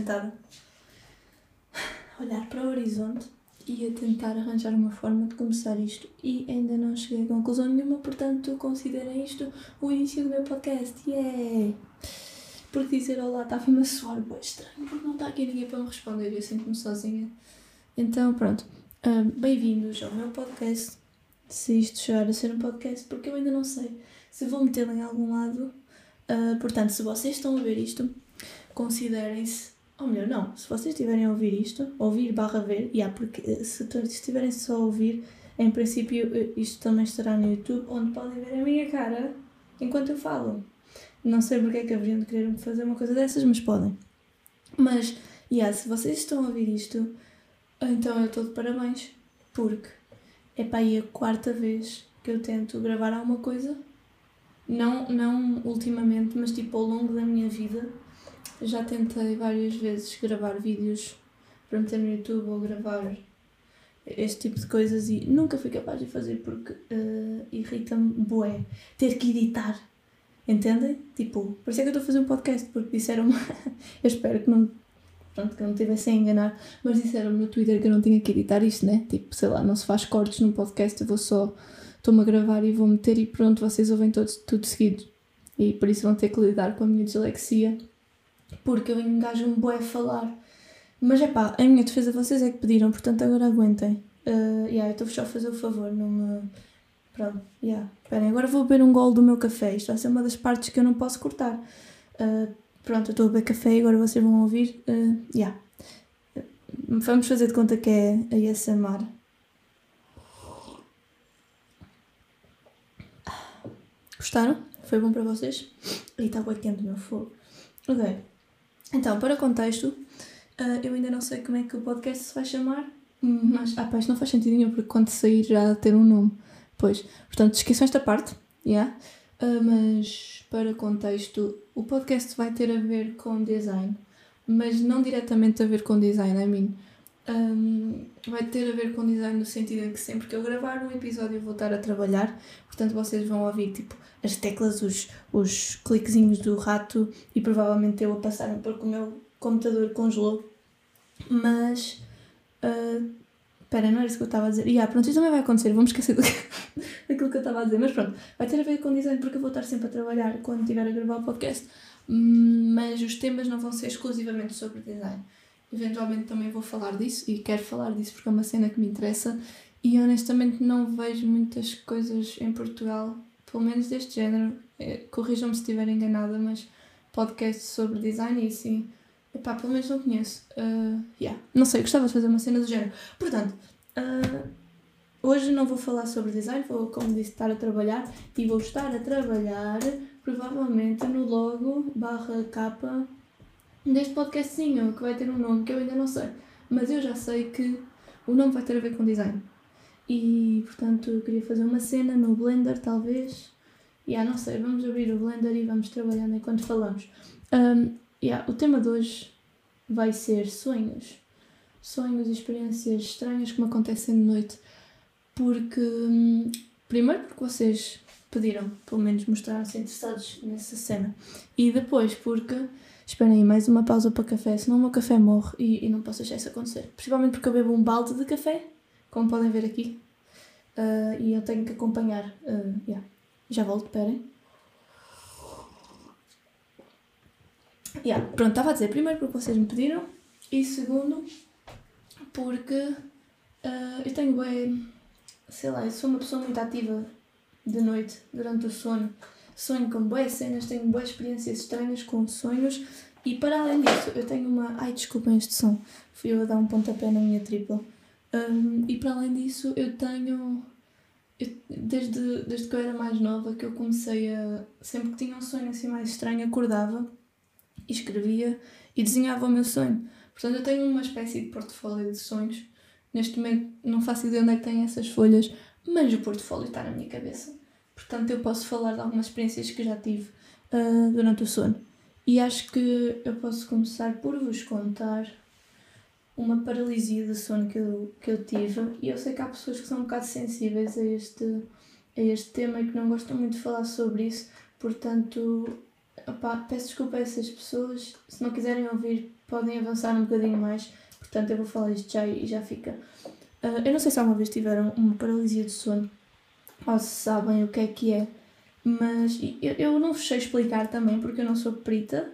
sentada a olhar para o horizonte e a tentar arranjar uma forma de começar isto e ainda não cheguei a conclusão nenhuma, portanto considerem isto o início do meu podcast. Yeah! Porque dizer olá estava-me a soar bem estranho, porque não está aqui ninguém para me responder e eu sinto-me sozinha. Então pronto, bem-vindos ao meu podcast, se isto chegar a ser um podcast, porque eu ainda não sei se vou metê-lo em algum lado. Portanto, se vocês estão a ver isto, considerem-se, ou melhor, não, se vocês estiverem a ouvir isto, ouvir/ver, porque se estiverem só a ouvir, em princípio isto também estará no YouTube, onde podem ver a minha cara enquanto eu falo. Não sei porque é que haveriam de querer fazer uma coisa dessas, mas podem. Mas, se vocês estão a ouvir isto, então eu estou de parabéns, porque é para aí a 4ª vez que eu tento gravar alguma coisa. Não ultimamente, mas tipo ao longo da minha vida. Já tentei várias vezes gravar vídeos para meter no YouTube ou gravar este tipo de coisas e nunca fui capaz de fazer porque irrita-me bué ter que editar. Entendem? Tipo, por isso é que eu estou a fazer um podcast, porque disseram-me, eu espero que não estivessem a enganar, mas disseram-me no Twitter que eu não tinha que editar isto, né? Tipo, sei lá, não se faz cortes no podcast, eu vou só, estou-me a gravar e vou meter e pronto, vocês ouvem tudo seguido. E por isso vão ter que lidar com a minha dislexia, porque eu engajo-me bué a falar. Mas em minha defesa vocês é que pediram, portanto agora aguentem. Eu estou só a fazer o favor, não me... Pronto, Esperem, agora vou beber um gole do meu café. Isto vai ser uma das partes que eu não posso cortar. Pronto, eu estou a beber café e agora vocês vão ouvir. Vamos fazer de conta que é a ASMR. Gostaram? Foi bom para vocês? E está bem quente o meu fogo. Ok. Então, para contexto, eu ainda não sei como é que o podcast se vai chamar, mas isto não faz sentido nenhum, porque quando sair já ter um nome. Pois, portanto, esqueçam esta parte, mas para contexto, o podcast vai ter a ver com design, mas não diretamente a ver com design, vai ter a ver com design no sentido em que sempre que eu gravar um episódio eu vou estar a trabalhar, portanto vocês vão ouvir tipo as teclas, os cliquezinhos do rato e provavelmente eu a passar porque o meu computador congelou, mas espera, não era isso que eu estava a dizer. Pronto, isto também vai acontecer, vou-me esquecer daquilo que eu estava a dizer, mas pronto, vai ter a ver com design porque eu vou estar sempre a trabalhar quando estiver a gravar o podcast, mas os temas não vão ser exclusivamente sobre design. Eventualmente também vou falar disso e quero falar disso porque é uma cena que me interessa e honestamente não vejo muitas coisas em Portugal, pelo menos deste género, corrijam-me se estiver enganada, mas podcasts sobre design e assim, pelo menos não conheço. Não sei, gostava de fazer uma cena do género. Portanto, hoje não vou falar sobre design, vou, como disse, estar a trabalhar e vou estar a trabalhar provavelmente no logo /capa deste podcastzinho, que vai ter um nome que eu ainda não sei, mas eu já sei que o nome vai ter a ver com design e portanto eu queria fazer uma cena no Blender talvez, não sei, vamos abrir o Blender e vamos trabalhando enquanto falamos. O tema de hoje vai ser sonhos e experiências estranhas que me acontecem de noite, porque primeiro porque vocês pediram, pelo menos mostraram-se interessados nessa cena, e depois porque, esperem aí, mais uma pausa para café, senão o meu café morre e não posso deixar isso acontecer, principalmente porque eu bebo um balde de café, como podem ver aqui, e eu tenho que acompanhar, já volto, esperem. Pronto, estava a dizer, primeiro porque vocês me pediram e segundo porque eu tenho eu sou uma pessoa muito ativa de noite, durante o sono. Sonho com boas cenas, tenho boas experiências estranhas com sonhos e para além disso eu tenho uma... desculpem este som, fui eu a dar um pontapé na minha tripla. E para além disso desde que eu era mais nova que eu comecei a... Sempre que tinha um sonho assim mais estranho acordava e escrevia e desenhava o meu sonho. Portanto eu tenho uma espécie de portfólio de sonhos. Neste momento não faço ideia onde é que tem essas folhas, mas o portfólio está na minha cabeça. Portanto eu posso falar de algumas experiências que já tive durante o sono. E acho que eu posso começar por vos contar uma paralisia de sono que eu tive. E eu sei que há pessoas que são um bocado sensíveis a este tema e que não gostam muito de falar sobre isso. Portanto, peço desculpa a essas pessoas. Se não quiserem ouvir, podem avançar um bocadinho mais, portanto eu vou falar isto já e já fica. Eu não sei se alguma vez tiveram uma paralisia de sono, ou se sabem o que é, mas eu não vos sei explicar também, porque eu não sou perita,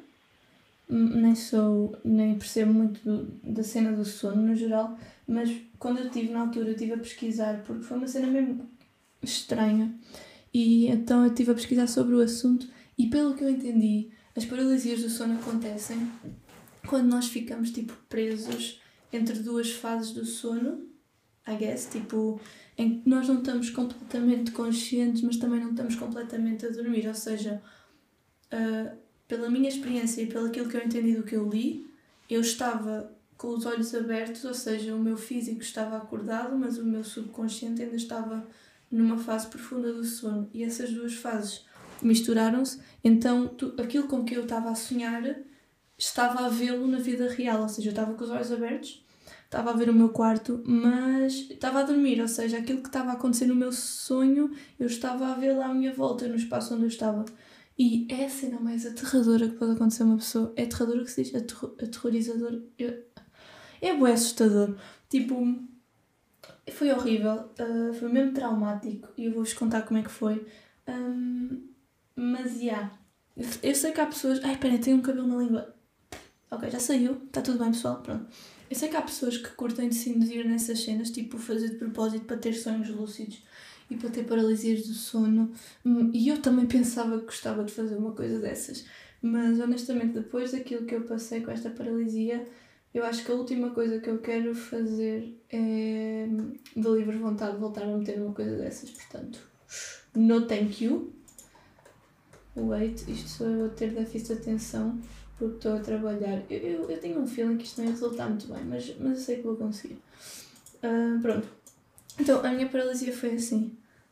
nem percebo muito da cena do sono no geral, mas quando eu tive na altura, eu estive a pesquisar, porque foi uma cena mesmo estranha, e então eu estive a pesquisar sobre o assunto, e pelo que eu entendi, as paralisias do sono acontecem quando nós ficamos tipo presos entre duas fases do sono, I guess, tipo, em que nós não estamos completamente conscientes, mas também não estamos completamente a dormir, ou seja, pela minha experiência e pelo aquilo que eu entendi do que eu li, eu estava com os olhos abertos, ou seja, o meu físico estava acordado, mas o meu subconsciente ainda estava numa fase profunda do sono. E essas duas fases misturaram-se, então aquilo com que eu estava a sonhar estava a vê-lo na vida real, ou seja, eu estava com os olhos abertos, estava a ver o meu quarto, mas estava a dormir, ou seja, aquilo que estava a acontecer no meu sonho, eu estava a vê-lo à minha volta, no espaço onde eu estava. E é a cena mais aterradora que pode acontecer a uma pessoa. É aterradora que se diz? Aterrorizador? É bué assustador. Tipo, foi horrível. Foi mesmo traumático. E eu vou-vos contar como é que foi. Mas, já. Yeah. Eu sei que há pessoas... Ai, espera, tenho um cabelo na língua. Ok, já saiu. Está tudo bem, pessoal? Pronto. Eu sei que há pessoas que curtem de se induzir nessas cenas, tipo, fazer de propósito para ter sonhos lúcidos e para ter paralisias do sono. E eu também pensava que gostava de fazer uma coisa dessas. Mas, honestamente, depois daquilo que eu passei com esta paralisia, eu acho que a última coisa que eu quero fazer é, de livre vontade, voltar a meter numa coisa dessas. Portanto, no thank you. Wait, isto sou eu a ter déficit de atenção porque estou a trabalhar. Eu tenho um feeling que isto não ia resultar muito bem, mas eu sei que vou conseguir. Pronto. Então, a minha paralisia foi assim.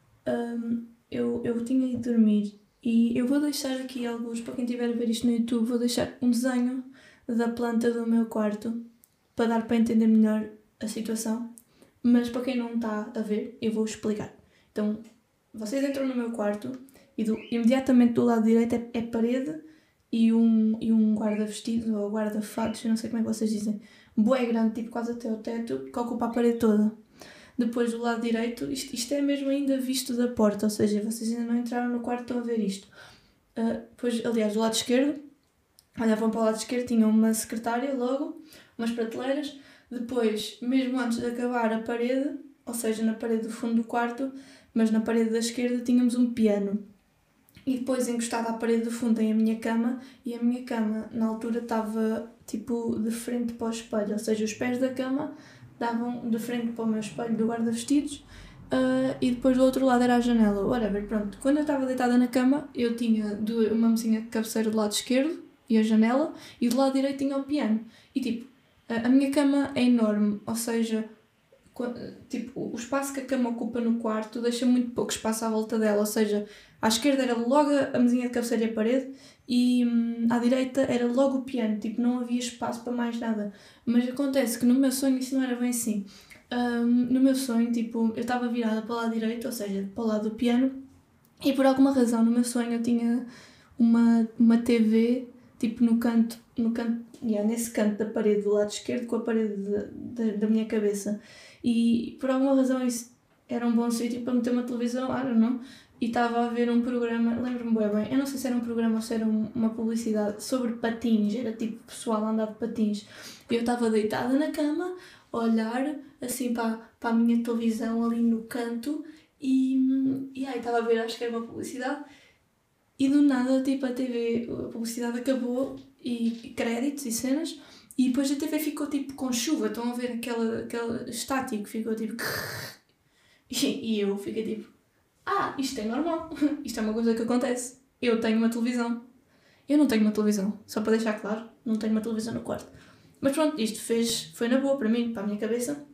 Eu tinha ido dormir e eu vou deixar aqui alguns, para quem estiver a ver isto no YouTube, vou deixar um desenho da planta do meu quarto para dar para entender melhor a situação. Mas para quem não está a ver, eu vou explicar. Então, vocês entram no meu quarto e imediatamente do lado direito é parede e um guarda-vestidos ou guarda-fatos, eu não sei como é que vocês dizem, bué grande, tipo quase até ao teto, que ocupa a parede toda. Depois do lado direito, isto é mesmo ainda visto da porta, ou seja, vocês ainda não entraram no quarto, estão a ver isto. Depois, aliás, do lado esquerdo, olhavam para o lado esquerdo, tinham uma secretária logo, umas prateleiras. Depois, mesmo antes de acabar a parede, ou seja, na parede do fundo do quarto, mas na parede da esquerda tínhamos um piano. E depois, encostado à parede do fundo, tem a minha cama, e a minha cama, na altura, estava tipo de frente para o espelho, ou seja, os pés da cama davam de frente para o meu espelho do guarda-vestidos, e depois do outro lado era a janela, whatever, pronto. Quando eu estava deitada na cama, eu tinha uma mesinha de cabeceira do lado esquerdo, e a janela, e do lado direito tinha o piano. E tipo, a minha cama é enorme, ou seja, tipo, o espaço que a cama ocupa no quarto deixa muito pouco espaço à volta dela, ou seja, à esquerda era logo a mesinha de cabeceira e a parede, e à direita era logo o piano, tipo, não havia espaço para mais nada. Mas acontece que no meu sonho isso não era bem assim. No meu sonho, tipo, eu estava virada para o lado direito, ou seja, para o lado do piano, e por alguma razão no meu sonho eu tinha uma TV, tipo, no canto, nesse canto da parede do lado esquerdo com a parede da minha cabeça. E por alguma razão isso era um bom sítio para meter uma televisão, I don't know. E estava a ver um programa, lembro-me bem, eu não sei se era um programa ou se era uma publicidade sobre patins, era tipo pessoal a andar de patins. E eu estava deitada na cama, a olhar assim para a minha televisão ali no canto e aí estava a ver, acho que era uma publicidade. E do nada, tipo, a TV, a publicidade acabou e créditos e cenas, e depois a TV ficou tipo com chuva, estão a ver aquele estático, ficou tipo e eu fiquei tipo, isto é normal, isto é uma coisa que acontece, eu tenho uma televisão. Eu não tenho uma televisão, só para deixar claro, não tenho uma televisão no quarto. Mas pronto, isto foi na boa para mim, para a minha cabeça.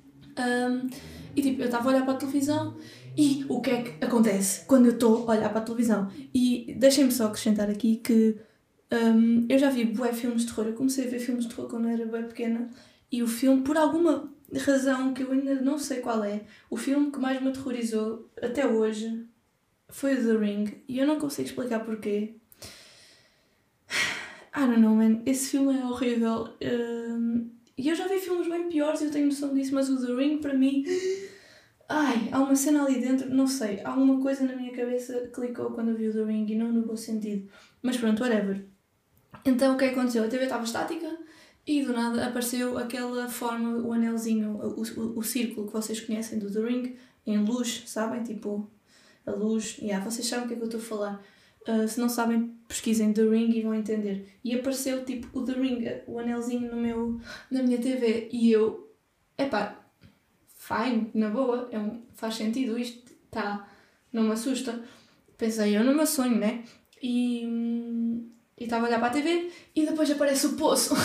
E tipo, eu estava a olhar para a televisão e o que é que acontece quando eu estou a olhar para a televisão? E deixem-me só acrescentar aqui que eu já vi bué filmes de terror. Eu comecei a ver filmes de terror quando era bué pequena e o filme, por alguma razão que eu ainda não sei qual é, o filme que mais me aterrorizou até hoje foi o The Ring e eu não consigo explicar porquê. I don't know, man. Esse filme é horrível. E eu já vi filmes bem piores, eu tenho noção disso, mas o The Ring, para mim... Ai, há uma cena ali dentro, não sei, alguma coisa na minha cabeça clicou quando eu vi o The Ring e não no bom sentido. Mas pronto, whatever. Então o que aconteceu? A TV estava estática e do nada apareceu aquela forma, o anelzinho, o círculo que vocês conhecem do The Ring, em luz, sabem? Tipo, a luz. Vocês sabem o que é que eu estou a falar. Se não sabem, pesquisem The Ring e vão entender. E apareceu tipo o The Ring, o anelzinho na minha TV e eu, fine, na boa, faz sentido isto, não me assusta. Pensei eu no meu sonho, né? E estava a olhar para a TV e depois aparece o poço.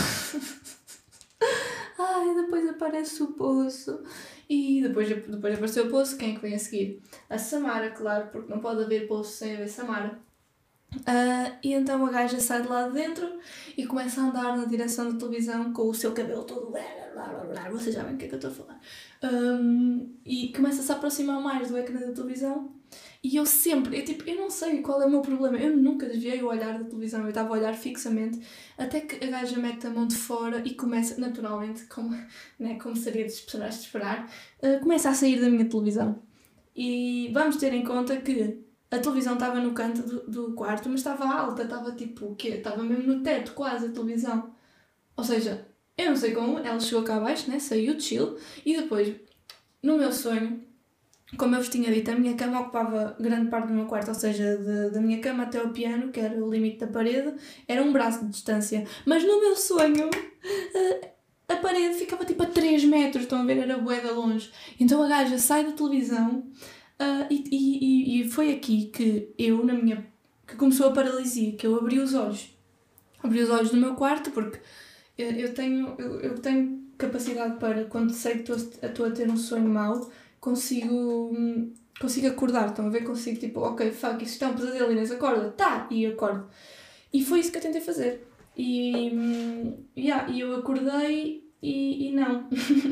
Depois aparece o poço. E depois apareceu o poço, quem é que vem a seguir? A Samara, claro, porque não pode haver poço sem haver Samara. E então a gaja sai de lá de dentro e começa a andar na direção da televisão com o seu cabelo todo... Vocês sabem o que é que eu estou a falar. E começa a se aproximar mais do ecrã da televisão. E eu não sei qual é o meu problema. Eu nunca desviei o olhar da televisão. Eu estava a olhar fixamente até que a gaja mete a mão de fora e começa, naturalmente, como seria de esperar, começa a sair da minha televisão. E vamos ter em conta que a televisão estava no canto do quarto, mas estava alta, estava tipo o quê? Estava mesmo no teto, quase, a televisão. Ou seja, eu não sei como, ela chegou cá abaixo, né? Saiu, chill, e depois, no meu sonho, como eu vos tinha dito, a minha cama ocupava grande parte do meu quarto, ou seja, da minha cama até ao piano, que era o limite da parede, era um braço de distância. Mas no meu sonho, a parede ficava tipo a 3 metros, estão a ver? Era bué de longe. Então a gaja sai da televisão e foi aqui que que começou a paralisia, que eu abri os olhos. Abri os olhos no meu quarto porque eu tenho capacidade para, quando sei que estou a ter um sonho mau, consigo acordar, estão a ver? Consigo tipo, ok, fuck, isto é um pesadelo, Inês, acorda, e acordo. E foi isso que eu tentei fazer. E eu acordei e não.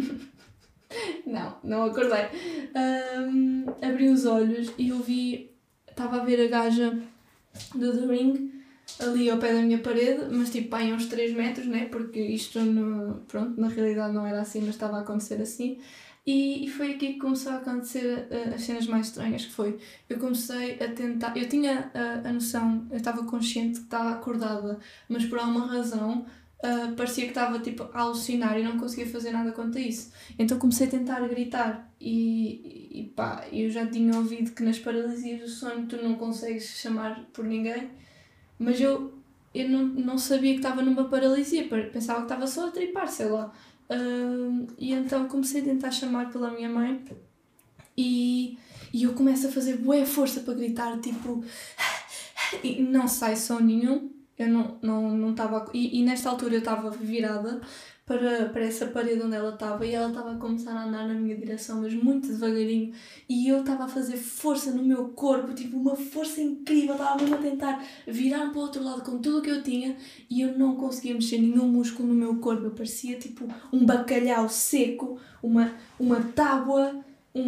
não acordei. Abri os olhos e eu estava a ver a gaja do The Ring ali ao pé da minha parede, mas tipo aí uns 3 metros, né? Porque isto na realidade não era assim, mas estava a acontecer assim. E foi aqui que começou a acontecer as cenas mais estranhas, que foi, eu comecei a tentar, eu tinha a noção, eu estava consciente que estava acordada, mas por alguma razão parecia que estava tipo a alucinar e não conseguia fazer nada quanto a isso. Então comecei a tentar gritar e eu já tinha ouvido que nas paralisias do sono tu não consegues chamar por ninguém, mas eu não sabia que estava numa paralisia, pensava que estava só a tripar, sei lá. E então comecei a tentar chamar pela minha mãe e eu começo a fazer bué força para gritar, tipo, e não sai som nenhum. Eu não estava... E nesta altura eu estava virada para essa parede onde ela estava e ela estava a começar a andar na minha direção, mas muito devagarinho, e eu estava a fazer força no meu corpo, tipo uma força incrível, estava mesmo a tentar virar para o outro lado com tudo o que eu tinha e eu não conseguia mexer nenhum músculo no meu corpo, eu parecia tipo um bacalhau seco, uma tábua,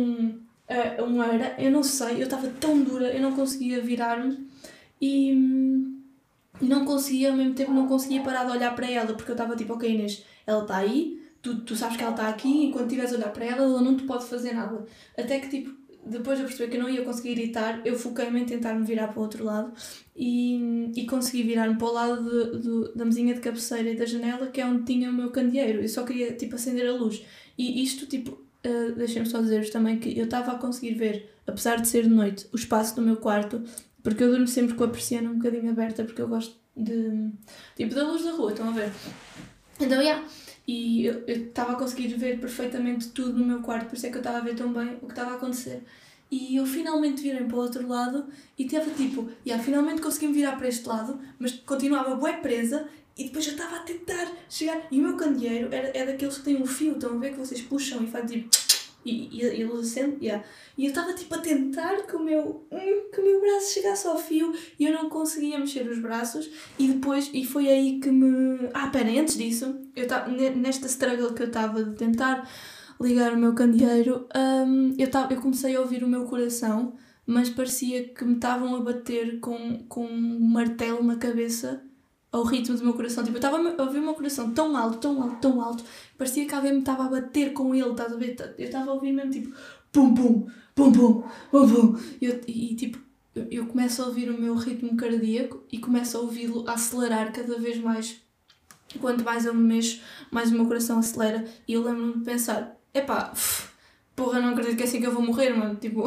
eu não sei, eu estava tão dura, eu não conseguia virar-me e não conseguia, ao mesmo tempo não conseguia parar de olhar para ela, porque eu estava tipo, ok Inês, ela está aí, tu sabes que ela está aqui e quando estiveres a olhar para ela não te pode fazer nada. Até que tipo, depois de eu perceber que eu não ia conseguir gritar, eu foquei-me em tentar me virar para o outro lado e consegui virar-me para o lado da mesinha de cabeceira e da janela, que é onde tinha o meu candeeiro. Eu só queria tipo acender a luz. E isto tipo, deixem-me só dizer-vos também que eu estava a conseguir ver, apesar de ser de noite, o espaço do meu quarto, porque eu durmo sempre com a persiana um bocadinho aberta, porque eu gosto da luz da rua, estão a ver? Então, e eu estava a conseguir ver perfeitamente tudo no meu quarto, por isso é que eu estava a ver tão bem o que estava a acontecer. E eu finalmente virei para o outro lado e teve tipo, finalmente consegui-me virar para este lado, mas continuava bué presa e depois eu estava a tentar chegar. E o meu candeeiro é daqueles que têm um fio, estão a ver, que vocês puxam e faz tipo... E ele acende, e eu estava tipo a tentar que o meu braço chegasse ao fio e eu não conseguia mexer os braços e foi aí que antes disso, nesta struggle que eu estava de tentar ligar o meu candeeiro, eu comecei a ouvir o meu coração, mas parecia que me estavam a bater com um martelo na cabeça ao ritmo do meu coração. Tipo, eu estava a ouvir o meu coração tão alto, tão alto, tão alto, parecia que alguém me estava a bater com ele, estás a ver? Eu estava a ouvir mesmo tipo, pum pum, pum pum, pum pum. Tipo, eu começo a ouvir o meu ritmo cardíaco e começo a ouvi-lo acelerar cada vez mais. Quanto mais eu me mexo, mais o meu coração acelera. E eu lembro-me de pensar, epá, porra, não acredito que é assim que eu vou morrer, mano. Tipo,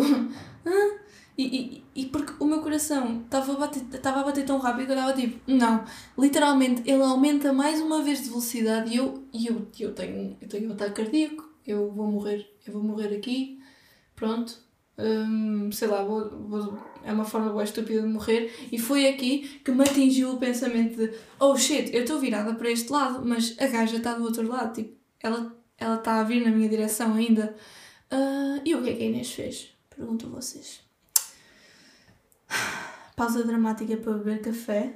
E porque o meu coração estava a bater tão rápido que eu estava tipo, não, literalmente ele aumenta mais uma vez de velocidade e eu tenho um ataque cardíaco, eu vou morrer aqui, pronto. Sei lá, é uma forma bem estúpida de morrer. E foi aqui que me atingiu o pensamento de oh shit, eu estou virada para este lado, mas a gaja está do outro lado, tipo, ela está a vir na minha direção ainda. E o que é que a Inês fez? Pergunto a vocês. Pausa dramática para beber café.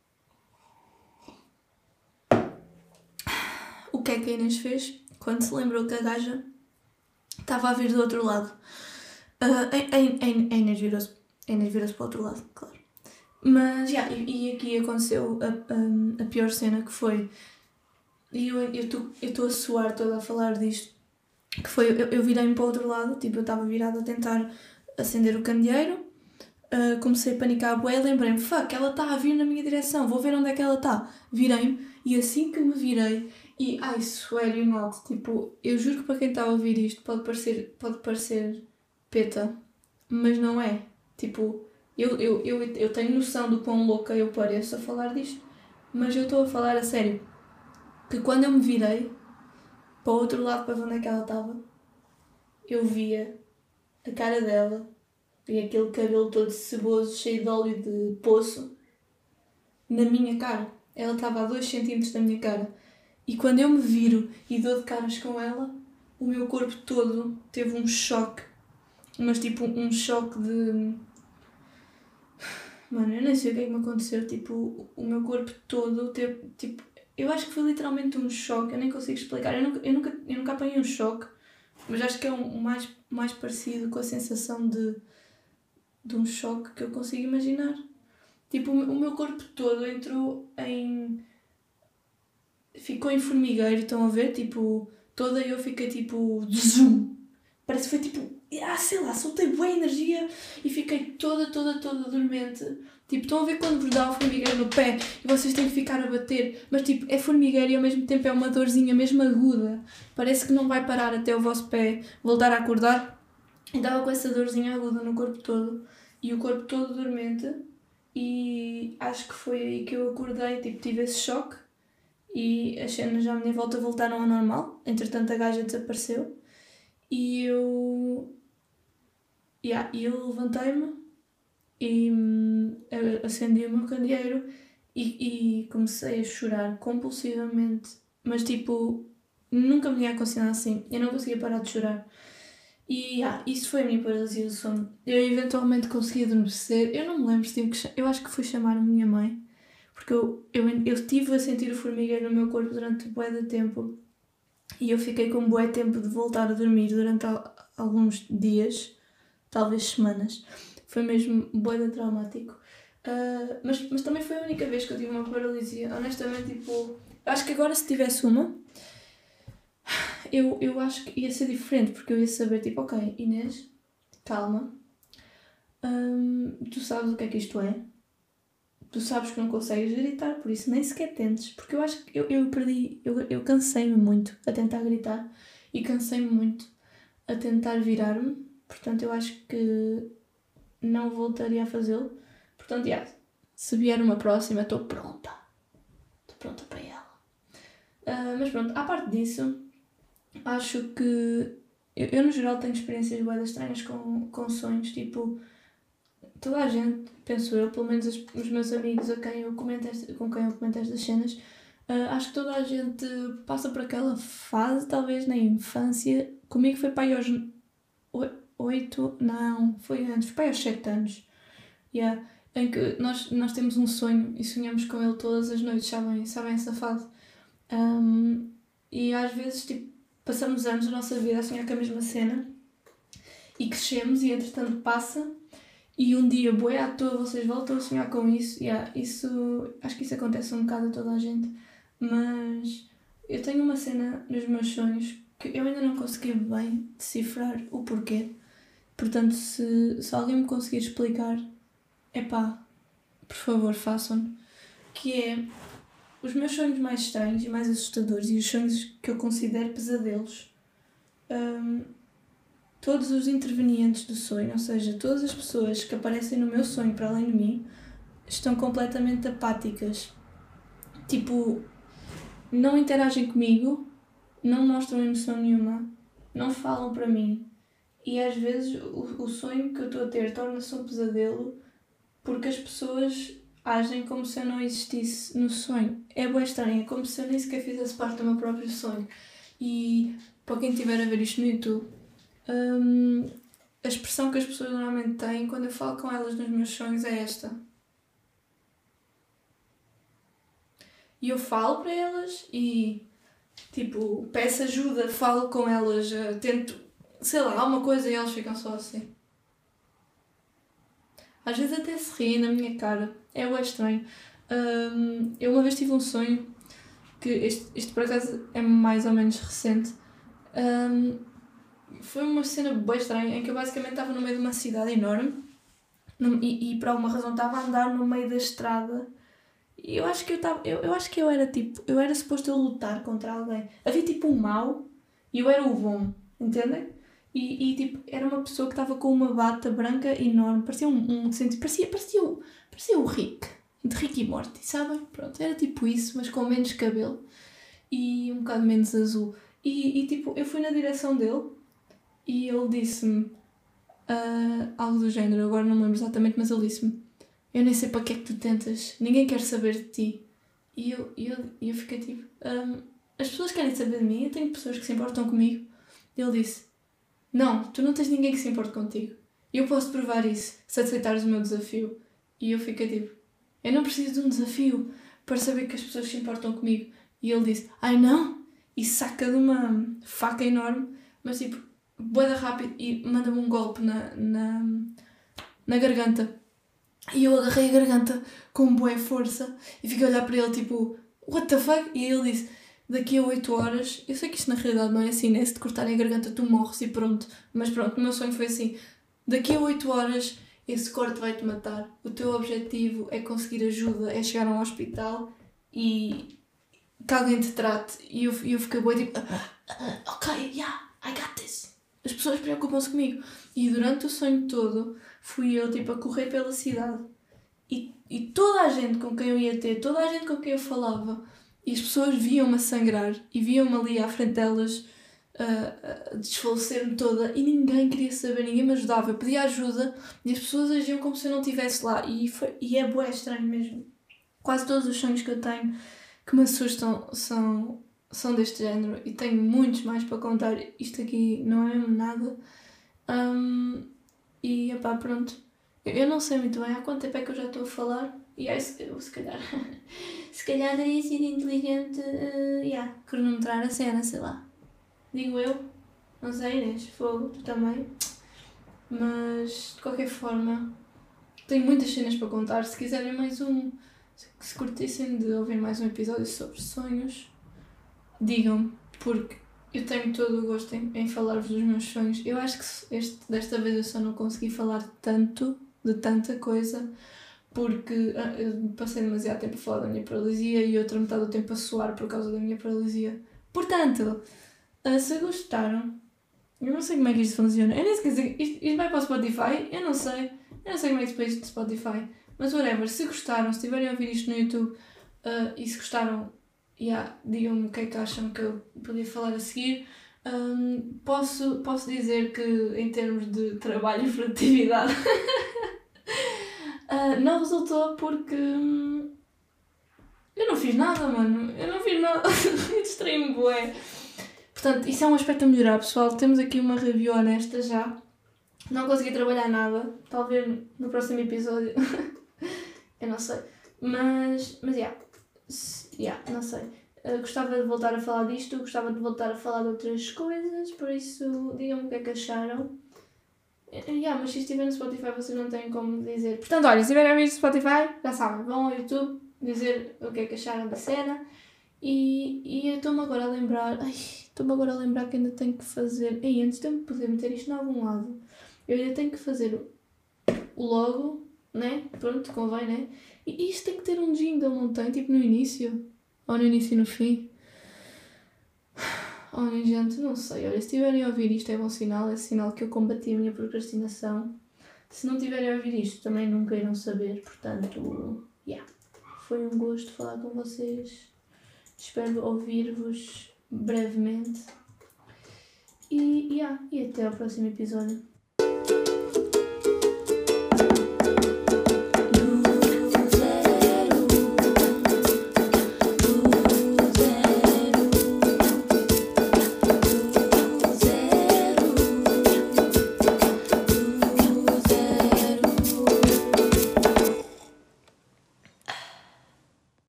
O que é que a Inês fez quando se lembrou que a gaja estava a vir do outro lado? A Inês virou-se para o outro lado, claro. Mas, e aqui aconteceu a pior cena que foi... E eu estou a suar toda a falar disto. Que foi, eu virei-me para o outro lado, tipo, eu estava virada a tentar acender o candeeiro. Comecei a panicar, bué, lembrei-me, fuck, ela está a vir na minha direção, vou ver onde é que ela está. Virei-me e assim que me virei, e I swear you not, tipo, eu juro que para quem está a ouvir isto pode parecer peta, mas não é. Tipo, eu tenho noção do quão louca eu pareço a falar disto, mas eu estou a falar a sério. Que quando eu me virei para o outro lado para ver onde é que ela estava, eu via a cara dela e aquele cabelo todo ceboso, cheio de óleo de poço, na minha cara. Ela estava a 2 cm da minha cara. E quando eu me viro e dou de caras com ela, o meu corpo todo teve um choque. Mas tipo, um choque de... Mano, eu nem sei o que é que me aconteceu. Tipo, o meu corpo todo teve... Tipo, eu acho que foi literalmente um choque. Eu nem consigo explicar. Eu nunca apanhei um choque. Mas acho que é o mais parecido com a sensação de um choque que eu consigo imaginar. Tipo, o meu corpo todo entrou em... Ficou em formigueiro, estão a ver? Tipo, toda eu fiquei tipo... Zoom! Parece que foi tipo... sei lá, soltei boa energia e fiquei toda dormente. Tipo, estão a ver quando vos dá um formigueiro no pé e vocês têm que ficar a bater, mas tipo, é formigueiro e ao mesmo tempo é uma dorzinha mesmo aguda. Parece que não vai parar até o vosso pé voltar a acordar. E estava com essa dorzinha aguda no corpo todo e o corpo todo dormente. E acho que foi aí que eu acordei, tipo, tive esse choque e as cenas à minha volta voltaram ao normal. Entretanto, a gaja desapareceu e eu levantei-me e acendi o meu candeeiro e comecei a chorar compulsivamente, mas tipo, nunca me tinha acontecido assim, eu não conseguia parar de chorar. E isso foi a minha paralisia do sono. Eu eventualmente consegui adormecer. Eu não me lembro se tive que... Eu acho que fui chamar a minha mãe. Porque eu estive a sentir o formigueiro no meu corpo durante bué de tempo. E eu fiquei com bué tempo de voltar a dormir durante alguns dias. Talvez semanas. Foi mesmo bué de traumático. Mas também foi a única vez que eu tive uma paralisia. Honestamente, tipo... Acho que agora se tivesse uma... Eu acho que ia ser diferente, porque eu ia saber, tipo, ok, Inês, calma, tu sabes o que é que isto é, tu sabes que não consegues gritar, por isso nem sequer tentes, porque eu acho que eu cansei-me muito a tentar gritar e cansei-me muito a tentar virar-me, portanto eu acho que não voltaria a fazê-lo, portanto, se vier uma próxima, estou pronta para ela. Mas pronto, à parte disso... Acho que eu no geral tenho experiências bué estranhas com sonhos, tipo, toda a gente, penso eu, pelo menos os meus amigos com quem eu comento estas cenas, acho que toda a gente passa por aquela fase, talvez na infância, comigo foi para aí aos 8, não, foi antes, foi para aí aos 7 anos, em que nós temos um sonho e sonhamos com ele todas as noites, sabem essa fase? E às vezes, tipo, passamos anos da nossa vida a sonhar com a mesma cena e crescemos e entretanto passa e um dia, bué à toa, vocês voltam a sonhar com isso. Acho que isso acontece um bocado a toda a gente, mas eu tenho uma cena nos meus sonhos que eu ainda não consegui bem decifrar o porquê. Portanto, se alguém me conseguir explicar, epá, por favor, façam-no. Que é os meus sonhos mais estranhos e mais assustadores e os sonhos que eu considero pesadelos. Todos os intervenientes do sonho, ou seja, todas as pessoas que aparecem no meu sonho para além de mim, estão completamente apáticas. Tipo, não interagem comigo, não mostram emoção nenhuma, não falam para mim. E às vezes o sonho que eu estou a ter torna-se um pesadelo porque as pessoas agem como se eu não existisse no sonho. É bem estranho, é como se eu nem sequer fizesse parte do meu próprio sonho. E para quem estiver a ver isto no YouTube, a expressão que as pessoas normalmente têm quando eu falo com elas nos meus sonhos é esta. E eu falo para elas e, tipo, peço ajuda, falo com elas, tento, sei lá, alguma coisa e elas ficam só assim. Às vezes até se riem na minha cara. É bem estranho. Eu uma vez tive um sonho, que isto por acaso é mais ou menos recente. Foi uma cena bem estranha, em que eu basicamente estava no meio de uma cidade enorme e por alguma razão estava a andar no meio da estrada. E eu acho que eu era tipo, eu era suposto eu lutar contra alguém. Havia tipo um mau e eu era o bom, entendem? E tipo, era uma pessoa que estava com uma bata branca enorme, parecia parecia o Rick, de Rick e Morty, sabem? Pronto, era tipo isso, mas com menos cabelo e um bocado menos azul. E tipo, eu fui na direção dele e ele disse-me algo do género, agora não me lembro exatamente, mas ele disse-me: eu nem sei para que é que tu tentas, ninguém quer saber de ti. E eu fiquei tipo, as pessoas querem saber de mim, eu tenho pessoas que se importam comigo. E ele disse: não, tu não tens ninguém que se importe contigo. E eu posso provar isso, se aceitares o meu desafio. E eu fiquei tipo, eu não preciso de um desafio para saber que as pessoas se importam comigo. E ele disse: ai não! E saca de uma faca enorme, mas tipo, bué da rápido, e manda-me um golpe na garganta. E eu agarrei a garganta com bué força e fiquei a olhar para ele tipo, what the fuck? E ele disse: daqui a 8 horas, eu sei que isto na realidade não é assim, né? Se te cortarem a garganta tu morres e pronto. Mas pronto, o meu sonho foi assim: daqui a 8 horas esse corte vai-te matar. O teu objetivo é conseguir ajuda, é chegar a um hospital e que alguém te trate. E eu fiquei bué tipo, ok, yeah, I got this. As pessoas preocupam-se comigo. E durante o sonho todo fui eu tipo a correr pela cidade. E toda a gente com quem eu ia ter, toda a gente com quem eu falava, e as pessoas viam-me a sangrar e viam-me ali à frente delas a desfalecer-me toda e ninguém queria saber, ninguém me ajudava. Eu pedia ajuda e as pessoas agiam como se eu não estivesse lá. E é bué estranho mesmo. Quase todos os sonhos que eu tenho que me assustam são deste género e tenho muitos mais para contar. Isto aqui não é mesmo nada. E opá, pronto. Eu não sei muito bem há quanto tempo é que eu já estou a falar. E aí, eu se calhar. Se calhar teria sido inteligente cronometrar a cena, sei lá. Digo eu. Não sei, Inês. Fogo, tu também. Mas de qualquer forma, tenho muitas cenas para contar. Se quiserem mais um. Se curtissem de ouvir mais um episódio sobre sonhos, digam-me, porque eu tenho todo o gosto em falar-vos dos meus sonhos. Eu acho que desta vez eu só não consegui falar tanto, de tanta coisa, porque eu passei demasiado tempo a falar da minha paralisia e outra metade do tempo a suar por causa da minha paralisia. Portanto, se gostaram, eu não sei como é que isto funciona. Eu nem sei dizer, isto vai para o Spotify? Eu não sei como é que se põe isto no Spotify. Mas whatever, se gostaram, se estiverem a ouvir isto no YouTube e se gostaram, digam-me o que é que acham que eu podia falar a seguir. Posso dizer que em termos de trabalho e produtividade não resultou porque eu não fiz nada, mano. Eu não fiz nada. Distraí-me bué. Portanto, isso é um aspecto a melhorar, pessoal. Temos aqui uma review honesta já. Não consegui trabalhar nada. Talvez no próximo episódio. Eu não sei. Mas não sei. Gostava de voltar a falar disto, gostava de voltar a falar de outras coisas, por isso digam-me o que é que acharam. Mas se estiver no Spotify vocês não têm como dizer. Portanto, olha, se estiverem a ouvir no Spotify, já sabem, vão ao YouTube dizer o que é que acharam da cena. E eu estou-me agora a lembrar. Que ainda tenho que fazer. Antes de eu poder meter isto em algum lado, eu ainda tenho que fazer o logo, né? Pronto, convém, né? E isto tem que ter um jingle, não tem? Tipo no início? Ou no início e no fim? Olha, gente, não sei. Olha, se estiverem a ouvir isto é bom sinal. É sinal que eu combati a minha procrastinação. Se não tiverem a ouvir isto, também nunca irão saber. Portanto, foi um gosto falar com vocês. Espero ouvir-vos brevemente. E até ao próximo episódio.